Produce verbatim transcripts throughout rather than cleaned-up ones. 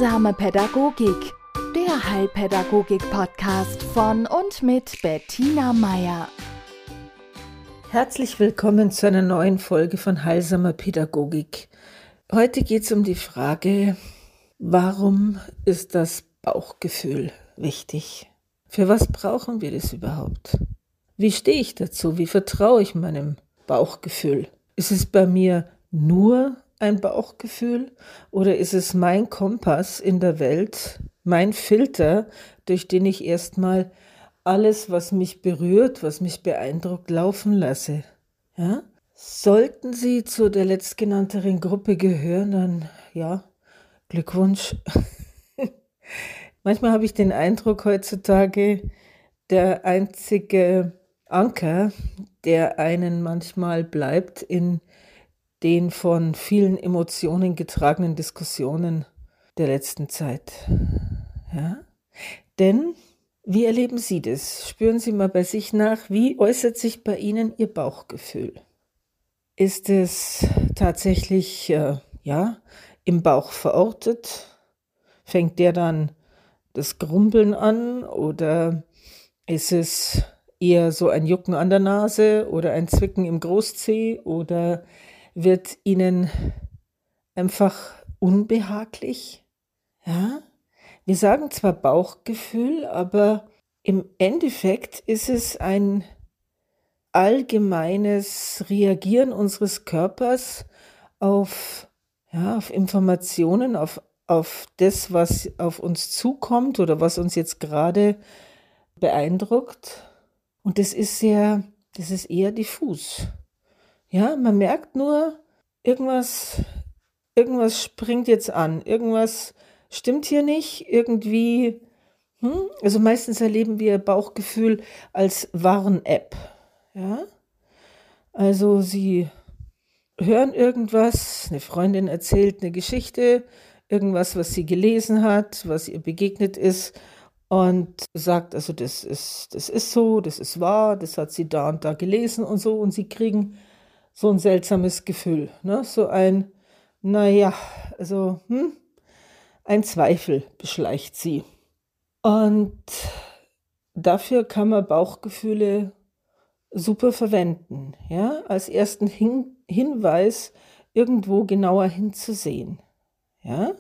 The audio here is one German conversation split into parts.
Heilsame Pädagogik, der Heilpädagogik-Podcast von und mit Bettina Meier. Herzlich willkommen zu einer neuen Folge von Heilsamer Pädagogik. Heute geht es um die Frage, warum ist das Bauchgefühl wichtig? Für was brauchen wir das überhaupt? Wie stehe ich dazu? Wie vertraue ich meinem Bauchgefühl? Ist es bei mir nur ein Bauchgefühl oder ist es mein Kompass in der Welt, mein Filter, durch den ich erstmal alles, was mich berührt, was mich beeindruckt, laufen lasse? Ja? Sollten Sie zu der letztgenannteren Gruppe gehören, dann ja, Glückwunsch. Manchmal habe ich den Eindruck heutzutage, der einzige Anker, der einen manchmal bleibt in den von vielen Emotionen getragenen Diskussionen der letzten Zeit. Ja? Denn, wie erleben Sie das? Spüren Sie mal bei sich nach, wie äußert sich bei Ihnen Ihr Bauchgefühl? Ist es tatsächlich äh, ja, im Bauch verortet? Fängt der dann das Grumbeln an oder ist es eher so ein Jucken an der Nase oder ein Zwicken im Großzeh oder wird Ihnen einfach unbehaglich? Ja? Wir sagen zwar Bauchgefühl, aber im Endeffekt ist es ein allgemeines Reagieren unseres Körpers auf, ja, auf Informationen, auf, auf das, was auf uns zukommt oder was uns jetzt gerade beeindruckt. Und das ist sehr, das ist eher diffus. Ja, man merkt nur, irgendwas, irgendwas springt jetzt an, irgendwas stimmt hier nicht, irgendwie, hm? Also meistens erleben wir Bauchgefühl als Warn-App. Ja? Also Sie hören irgendwas, eine Freundin erzählt eine Geschichte, irgendwas, was sie gelesen hat, was ihr begegnet ist und sagt, also das ist, das ist so, das ist wahr, das hat sie da und da gelesen und so und Sie kriegen so ein seltsames Gefühl, ne? So ein, naja, also hm, ein Zweifel beschleicht Sie. Und dafür kann man Bauchgefühle super verwenden, ja, als ersten Hin- Hinweis, irgendwo genauer hinzusehen. Ja?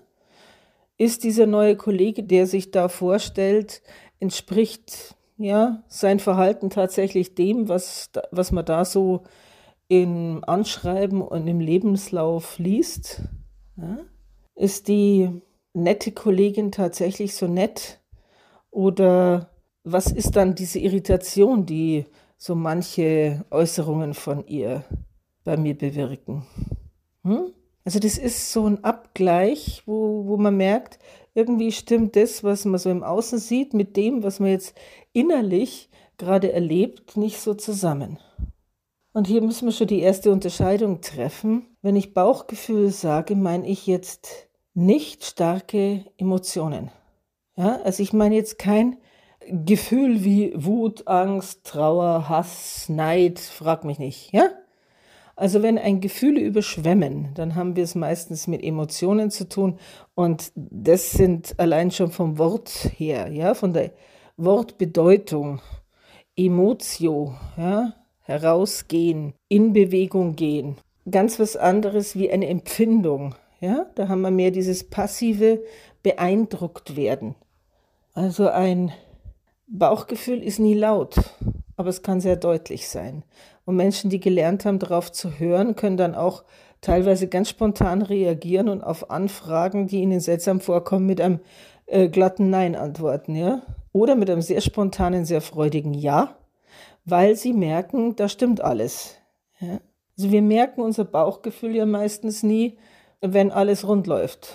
Ist dieser neue Kollege, der sich da vorstellt, entspricht ja sein Verhalten tatsächlich dem, was, da, was man da so im Anschreiben und im Lebenslauf liest? Ja? Ist die nette Kollegin tatsächlich so nett? Oder was ist dann diese Irritation, die so manche Äußerungen von ihr bei mir bewirken? Hm? Also das ist so ein Abgleich, wo, wo man merkt, irgendwie stimmt das, was man so im Außen sieht, mit dem, was man jetzt innerlich gerade erlebt, nicht so zusammen. Und hier müssen wir schon die erste Unterscheidung treffen. Wenn ich Bauchgefühl sage, meine ich jetzt nicht starke Emotionen. Ja, also ich meine jetzt kein Gefühl wie Wut, Angst, Trauer, Hass, Neid, frag mich nicht. Ja? Also wenn ein Gefühle überschwemmen, dann haben wir es meistens mit Emotionen zu tun und das sind allein schon vom Wort her, ja, von der Wortbedeutung, Emotio, ja, herausgehen, in Bewegung gehen. Ganz was anderes wie eine Empfindung. Ja? Da haben wir mehr dieses passive beeindruckt werden. Also ein Bauchgefühl ist nie laut, aber es kann sehr deutlich sein. Und Menschen, die gelernt haben, darauf zu hören, können dann auch teilweise ganz spontan reagieren und auf Anfragen, die ihnen seltsam vorkommen, mit einem äh, glatten Nein antworten. Ja? Oder mit einem sehr spontanen, sehr freudigen Ja, weil sie merken, da stimmt alles. Ja? Also wir merken unser Bauchgefühl ja meistens nie, wenn alles rund läuft.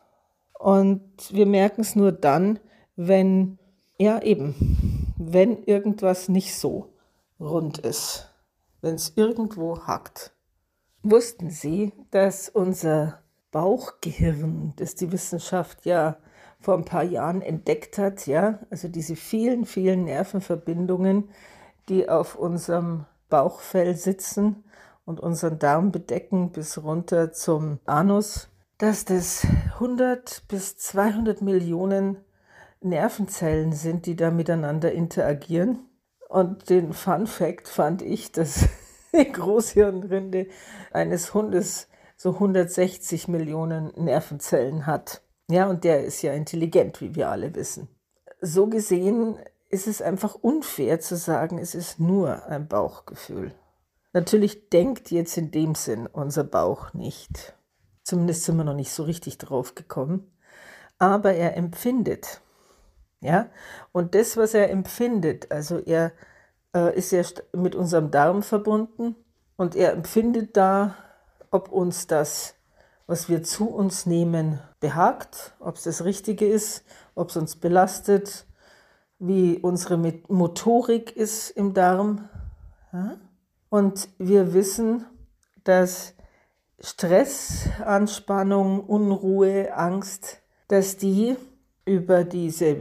Und wir merken es nur dann, wenn, ja eben, wenn irgendwas nicht so rund ist, wenn es irgendwo hakt. Wussten Sie, dass unser Bauchgehirn, das die Wissenschaft ja vor ein paar Jahren entdeckt hat, ja, also diese vielen, vielen Nervenverbindungen, die auf unserem Bauchfell sitzen und unseren Darm bedecken bis runter zum Anus, dass das hundert bis zweihundert Millionen Nervenzellen sind, die da miteinander interagieren. Und den Fun Fact fand ich, dass die Großhirnrinde eines Hundes so hundertsechzig Millionen Nervenzellen hat. Ja, und der ist ja intelligent, wie wir alle wissen. So gesehen ist es einfach unfair zu sagen, es ist nur ein Bauchgefühl. Natürlich denkt jetzt in dem Sinn unser Bauch nicht. Zumindest sind wir noch nicht so richtig drauf gekommen. Aber er empfindet. Ja? Und das, was er empfindet, also er äh, ist ja mit unserem Darm verbunden und er empfindet da, ob uns das, was wir zu uns nehmen, behagt, ob es das Richtige ist, ob es uns belastet, wie unsere Motorik ist im Darm. Ja? Und wir wissen, dass Stress, Anspannung, Unruhe, Angst, dass die über diese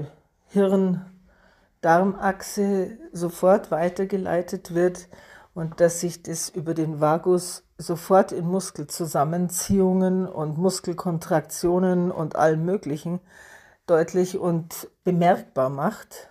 Hirn-Darm-Achse sofort weitergeleitet wird und dass sich das über den Vagus sofort in Muskelzusammenziehungen und Muskelkontraktionen und allem Möglichen deutlich und bemerkbar macht.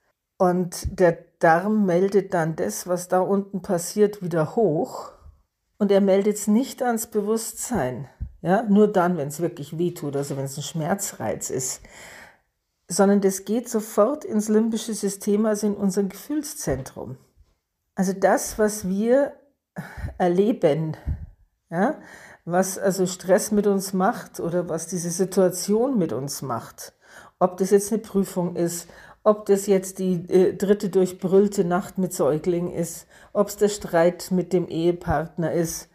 Und der Darm meldet dann das, was da unten passiert, wieder hoch. Und er meldet es nicht ans Bewusstsein, ja, nur dann, wenn es wirklich wehtut, also wenn es ein Schmerzreiz ist, sondern das geht sofort ins limbische System, also in unser Gefühlszentrum. Also das, was wir erleben, ja, was also Stress mit uns macht oder was diese Situation mit uns macht, ob das jetzt eine Prüfung ist, ob das jetzt die äh, dritte durchbrüllte Nacht mit Säugling ist, ob es der Streit mit dem Ehepartner ist,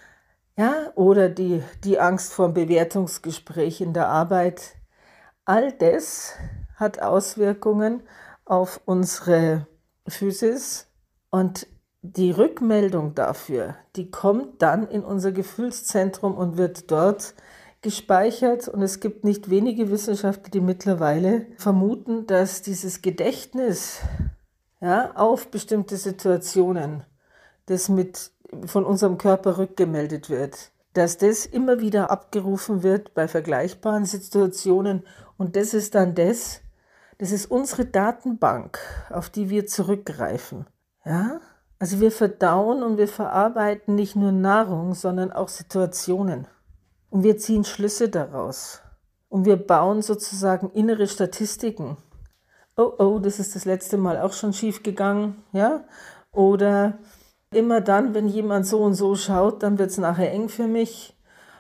ja, oder die, die Angst vor dem Bewertungsgespräch in der Arbeit. All das hat Auswirkungen auf unsere Physis und die Rückmeldung dafür, die kommt dann in unser Gefühlszentrum und wird dort gespeichert. Und es gibt nicht wenige Wissenschaftler, die mittlerweile vermuten, dass dieses Gedächtnis, ja, auf bestimmte Situationen, das mit von unserem Körper rückgemeldet wird, dass das immer wieder abgerufen wird bei vergleichbaren Situationen. Und das ist dann das, das ist unsere Datenbank, auf die wir zurückgreifen. Ja? Also wir verdauen und wir verarbeiten nicht nur Nahrung, sondern auch Situationen. Und wir ziehen Schlüsse daraus. Und wir bauen sozusagen innere Statistiken. Oh, oh, das ist das letzte Mal auch schon schief gegangen. Ja? Oder immer dann, wenn jemand so und so schaut, dann wird es nachher eng für mich.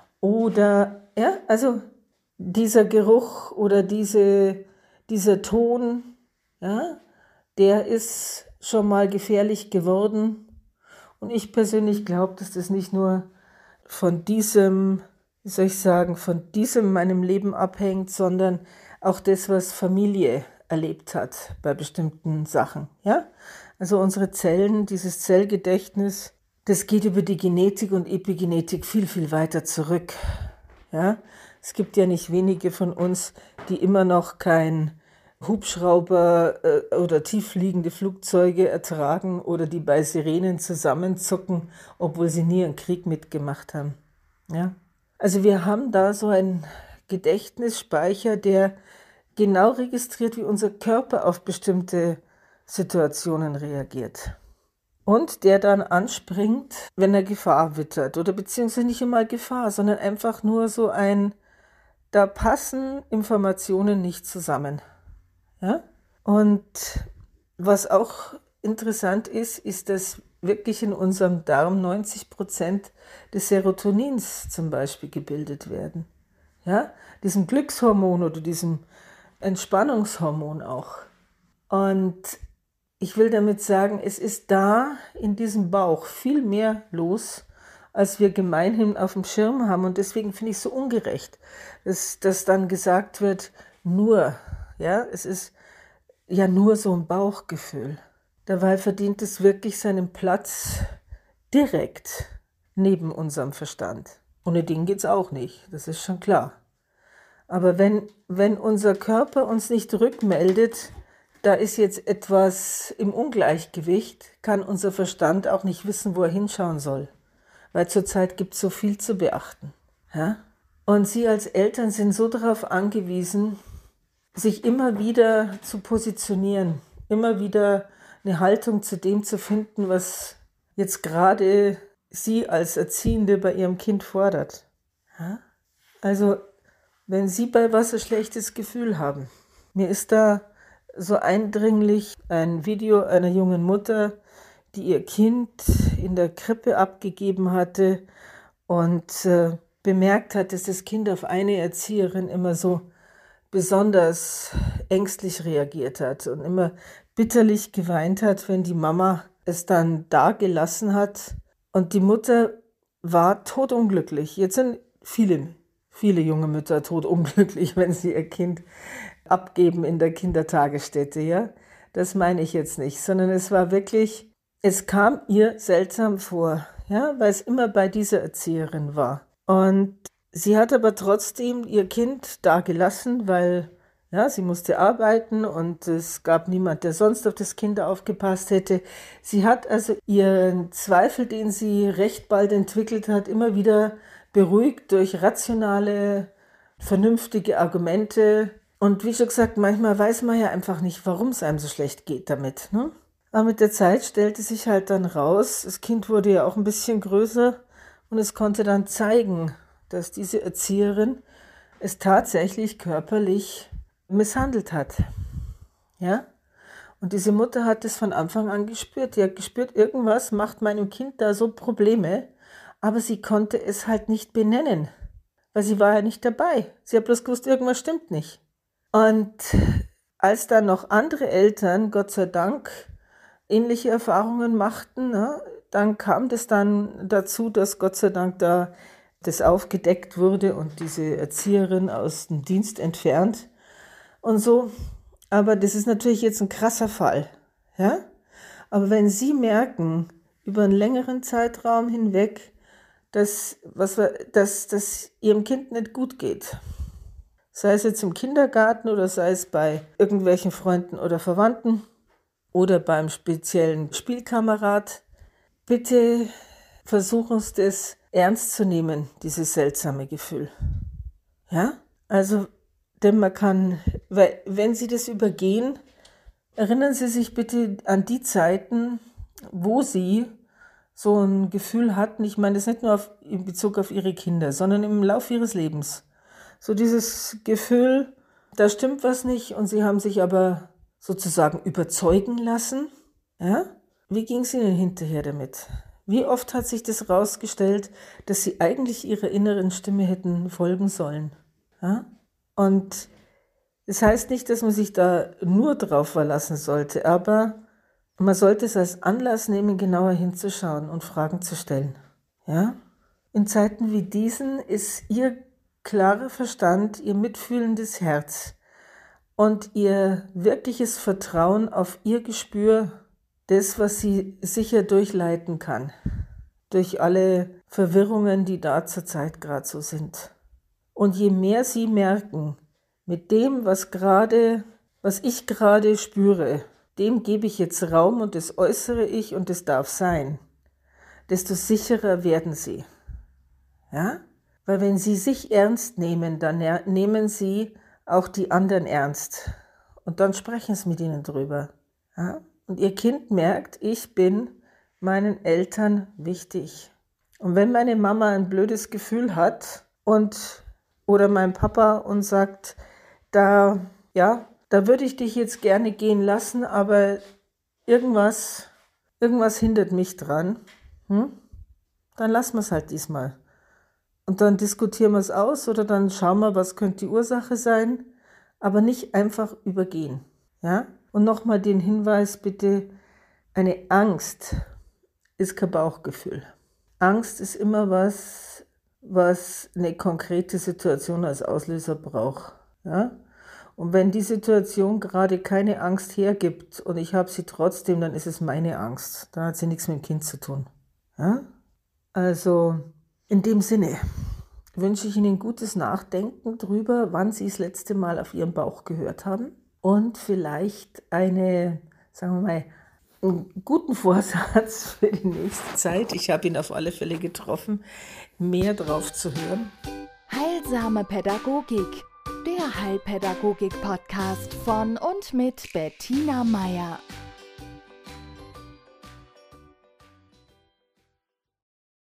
Oder, ja, also dieser Geruch oder diese, dieser Ton, ja, der ist schon mal gefährlich geworden. Und ich persönlich glaube, dass das nicht nur von diesem, wie soll ich sagen, von diesem meinem Leben abhängt, sondern auch das, was Familie erlebt hat bei bestimmten Sachen. Ja? Also unsere Zellen, dieses Zellgedächtnis, das geht über die Genetik und Epigenetik viel, viel weiter zurück. Ja? Es gibt ja nicht wenige von uns, die immer noch kein Hubschrauber äh, oder tieffliegende Flugzeuge ertragen oder die bei Sirenen zusammenzucken, obwohl sie nie einen Krieg mitgemacht haben. Ja? Also wir haben da so einen Gedächtnisspeicher, der genau registriert, wie unser Körper auf bestimmte Situationen reagiert. Und der dann anspringt, wenn er Gefahr wittert. Oder beziehungsweise nicht einmal Gefahr, sondern einfach nur so ein, da passen Informationen nicht zusammen. Ja? Und was auch interessant ist, ist, dass wirklich in unserem Darm neunzig Prozent des Serotonins zum Beispiel gebildet werden. Ja? Diesem Glückshormon oder diesem Entspannungshormon auch. Und ich will damit sagen, es ist da in diesem Bauch viel mehr los, als wir gemeinhin auf dem Schirm haben. Und deswegen finde ich es so ungerecht, dass, dass dann gesagt wird, nur, ja, es ist ja nur so ein Bauchgefühl. Dabei verdient es wirklich seinen Platz direkt neben unserem Verstand. Ohne den geht es auch nicht, das ist schon klar. Aber wenn, wenn unser Körper uns nicht rückmeldet, da ist jetzt etwas im Ungleichgewicht, kann unser Verstand auch nicht wissen, wo er hinschauen soll. Weil zurzeit gibt es so viel zu beachten. Ja? Und sie als Eltern sind so darauf angewiesen, sich immer wieder zu positionieren, immer wieder eine Haltung zu dem zu finden, was jetzt gerade sie als Erziehende bei ihrem Kind fordert. Ja? Also, wenn Sie bei was ein schlechtes Gefühl haben, mir ist da so eindringlich ein Video einer jungen Mutter, die ihr Kind in der Krippe abgegeben hatte und äh, bemerkt hat, dass das Kind auf eine Erzieherin immer so besonders ängstlich reagiert hat und immer bitterlich geweint hat, wenn die Mama es dann da gelassen hat. Und die Mutter war todunglücklich. Jetzt sind viele, viele junge Mütter todunglücklich, wenn sie ihr Kind abgeben in der Kindertagesstätte. Ja? Das meine ich jetzt nicht, sondern es war wirklich, es kam ihr seltsam vor, ja? Weil es immer bei dieser Erzieherin war. Und sie hat aber trotzdem ihr Kind da gelassen, weil ja, sie musste arbeiten und es gab niemand, der sonst auf das Kind aufgepasst hätte. Sie hat also ihren Zweifel, den sie recht bald entwickelt hat, immer wieder beruhigt durch rationale, vernünftige Argumente. Und wie schon gesagt, manchmal weiß man ja einfach nicht, warum es einem so schlecht geht damit. Ne? Aber mit der Zeit stellte sich halt dann raus, das Kind wurde ja auch ein bisschen größer und es konnte dann zeigen, dass diese Erzieherin es tatsächlich körperlich misshandelt hat. Ja? Und diese Mutter hat es von Anfang an gespürt. Die hat gespürt, irgendwas macht meinem Kind da so Probleme, aber sie konnte es halt nicht benennen, weil sie war ja nicht dabei. Sie hat bloß gewusst, irgendwas stimmt nicht. Und als dann noch andere Eltern, Gott sei Dank, ähnliche Erfahrungen machten, ne, dann kam das dann dazu, dass Gott sei Dank da das aufgedeckt wurde und diese Erzieherin aus dem Dienst entfernt und so. Aber das ist natürlich jetzt ein krasser Fall. Ja? Aber wenn Sie merken, über einen längeren Zeitraum hinweg, dass, was wir, dass, dass Ihrem Kind nicht gut geht, sei es jetzt im Kindergarten oder sei es bei irgendwelchen Freunden oder Verwandten oder beim speziellen Spielkamerad, bitte versuchen Sie das ernst zu nehmen, dieses seltsame Gefühl. Ja? Also, denn man kann, weil wenn Sie das übergehen, erinnern Sie sich bitte an die Zeiten, wo Sie so ein Gefühl hatten, ich meine das nicht nur auf, in Bezug auf Ihre Kinder, sondern im Laufe Ihres Lebens. So dieses Gefühl, da stimmt was nicht und Sie haben sich aber sozusagen überzeugen lassen. Ja? Wie ging es Ihnen hinterher damit? Wie oft hat sich das herausgestellt, dass Sie eigentlich Ihrer inneren Stimme hätten folgen sollen? Ja? Und das heißt nicht, dass man sich da nur drauf verlassen sollte, aber man sollte es als Anlass nehmen, genauer hinzuschauen und Fragen zu stellen. Ja? In Zeiten wie diesen ist Ihr klarer Verstand, Ihr mitfühlendes Herz und Ihr wirkliches Vertrauen auf Ihr Gespür das, was Sie sicher durchleiten kann, durch alle Verwirrungen, die da zurzeit gerade so sind. Und je mehr Sie merken, mit dem, was gerade, was ich gerade spüre, dem gebe ich jetzt Raum und das äußere ich und das darf sein, desto sicherer werden Sie. Ja? Weil wenn Sie sich ernst nehmen, dann nehmen Sie auch die anderen ernst. Und dann sprechen Sie mit ihnen drüber. Ja? Und Ihr Kind merkt, ich bin meinen Eltern wichtig. Und wenn meine Mama ein blödes Gefühl hat und oder mein Papa und sagt, da, ja, da würde ich dich jetzt gerne gehen lassen, aber irgendwas, irgendwas hindert mich dran, hm? Dann lassen wir es halt diesmal. Und dann diskutieren wir es aus oder dann schauen wir, was könnte die Ursache sein, aber nicht einfach übergehen. Ja? Und nochmal den Hinweis bitte, eine Angst ist kein Bauchgefühl. Angst ist immer was, was eine konkrete Situation als Auslöser braucht. Ja? Und wenn die Situation gerade keine Angst hergibt und ich habe sie trotzdem, dann ist es meine Angst. Dann hat sie nichts mit dem Kind zu tun. Ja? Also in dem Sinne wünsche ich Ihnen gutes Nachdenken drüber, wann Sie das letzte Mal auf Ihren Bauch gehört haben und vielleicht eine, sagen wir mal, einen guten Vorsatz für die nächste Zeit. Ich habe ihn auf alle Fälle getroffen, mehr drauf zu hören. Heilsame Pädagogik, der Heilpädagogik-Podcast von und mit Bettina Meier.